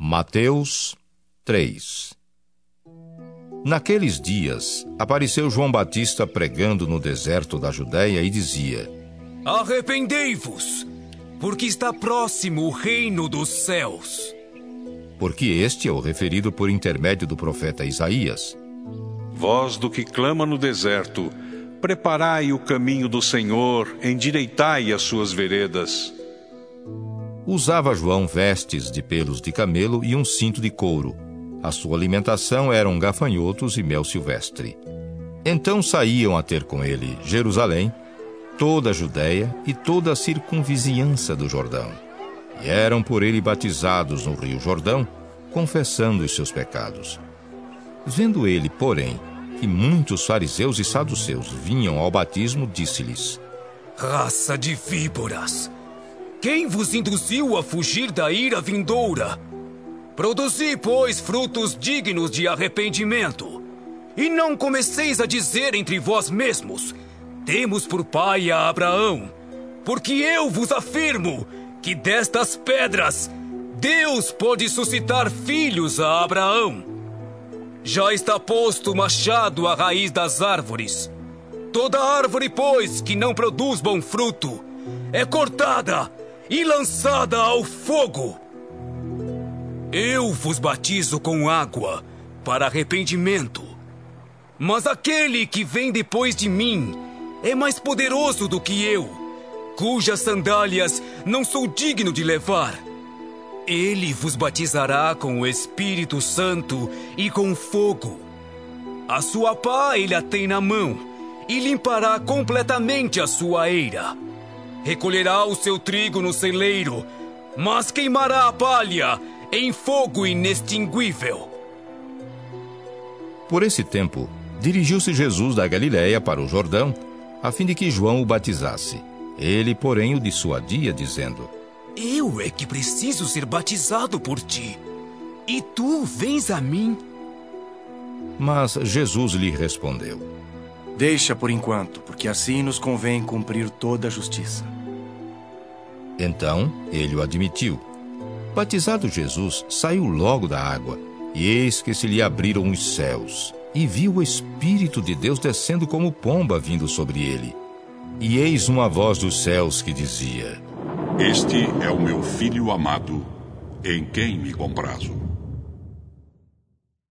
Mateus 3. Naqueles dias, apareceu João Batista pregando no deserto da Judéia e dizia: Arrependei-vos, porque está próximo o reino dos céus. Porque este é o referido por intermédio do profeta Isaías. Voz do que clama no deserto, preparai o caminho do Senhor, endireitai as suas veredas. Usava João vestes de pelos de camelo e um cinto de couro. A sua alimentação eram gafanhotos e mel silvestre. Então saíam a ter com ele Jerusalém, toda a Judéia e toda a circunvizinhança do Jordão. E eram por ele batizados no rio Jordão, confessando os seus pecados. Vendo ele, porém, que muitos fariseus e saduceus vinham ao batismo, disse-lhes: Raça de víboras! Quem vos induziu a fugir da ira vindoura? Produzi, pois, frutos dignos de arrependimento. E não comeceis a dizer entre vós mesmos: temos por pai a Abraão. Porque eu vos afirmo que destas pedras Deus pode suscitar filhos a Abraão. Já está posto o machado à raiz das árvores. Toda árvore, pois, que não produz bom fruto, é cortada e lançada ao fogo. Eu vos batizo com água para arrependimento. Mas aquele que vem depois de mim é mais poderoso do que eu, cujas sandálias não sou digno de levar. Ele vos batizará com o Espírito Santo e com fogo. A sua pá ele a tem na mão e limpará completamente a sua eira. Recolherá o seu trigo no celeiro, mas queimará a palha em fogo inextinguível. Por esse tempo, dirigiu-se Jesus da Galiléia para o Jordão, a fim de que João o batizasse. Ele, porém, o dissuadia, dizendo: Eu é que preciso ser batizado por ti, e tu vens a mim? Mas Jesus lhe respondeu: Deixa por enquanto, porque assim nos convém cumprir toda a justiça. Então ele o admitiu. Batizado Jesus, saiu logo da água, e eis que se lhe abriram os céus, e viu o Espírito de Deus descendo como pomba vindo sobre ele. E eis uma voz dos céus que dizia: Este é o meu filho amado, em quem me comprazo.